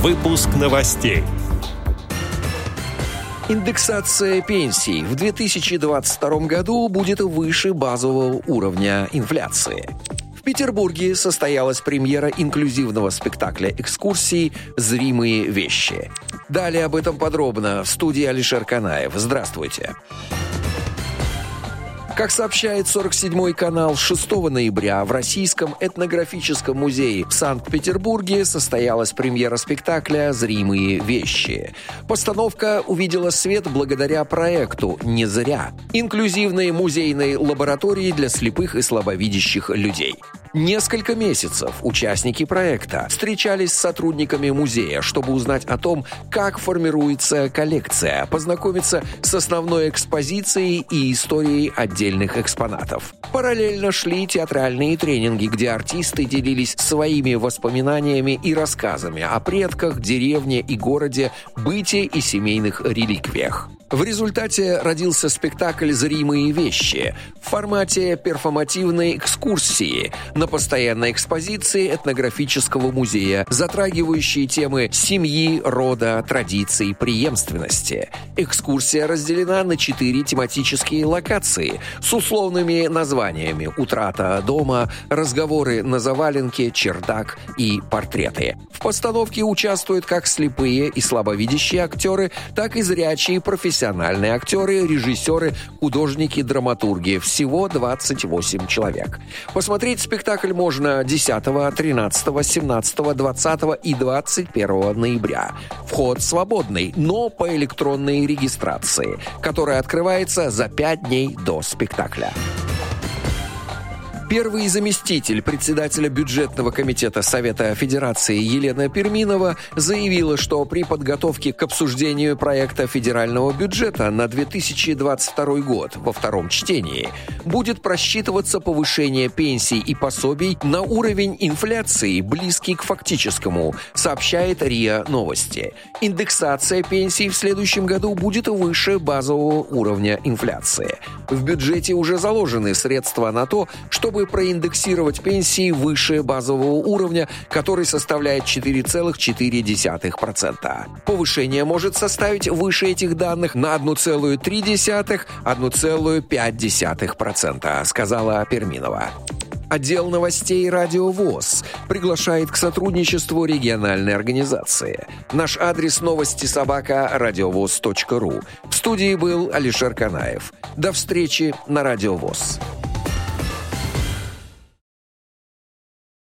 Выпуск новостей. Индексация пенсий в 2022 году будет выше базового уровня инфляции. В Петербурге состоялась премьера инклюзивного спектакля экскурсий «Зримые вещи». Далее об этом подробно в студии Алишер Канаев. Здравствуйте. Как сообщает 47-й канал, 6 ноября в Российском этнографическом музее в Санкт-Петербурге состоялась премьера спектакля «Зримые вещи». Постановка увидела свет благодаря проекту «Не зря» – инклюзивной музейной лаборатории для слепых и слабовидящих людей. Несколько месяцев участники проекта встречались с сотрудниками музея, чтобы узнать о том, как формируется коллекция, познакомиться с основной экспозицией и историей отдельных экспонатов. Параллельно шли театральные тренинги, где артисты делились своими воспоминаниями и рассказами о предках, деревне и городе, быте и семейных реликвиях. В результате родился спектакль «Зримые вещи» в формате перформативной экскурсии на постоянной экспозиции этнографического музея, затрагивающие темы семьи, рода, традиций, преемственности. Экскурсия разделена на 4 тематические локации с условными названиями «Утрата дома», «Разговоры на заваленке», «Чердак» и «Портреты». В постановке участвуют как слепые и слабовидящие актеры, так и зрячие профессиональные актеры, режиссеры, художники, драматурги. Всего 28 человек. Посмотреть спектакль можно 10, 13, 17, 20 и 21 ноября. Вход свободный, но по электронной регистрации, которая открывается за 5 дней до спектакля. Первый заместитель председателя бюджетного комитета Совета Федерации Елена Перминова заявила, что при подготовке к обсуждению проекта федерального бюджета на 2022 год во втором чтении будет просчитываться повышение пенсий и пособий на уровень инфляции, близкий к фактическому, сообщает РИА Новости. Индексация пенсий в следующем году будет выше базового уровня инфляции. В бюджете уже заложены средства на то, чтобы проиндексировать пенсии выше базового уровня, который составляет 4,4%. Повышение может составить выше этих данных на 1,3-1,5%, сказала Перминова. Отдел новостей «Радио ВОС» приглашает к сотрудничеству региональной организации. Наш адрес новости@радиовос.ру. В студии был Алишер Канаев. До встречи на «Радио ВОС».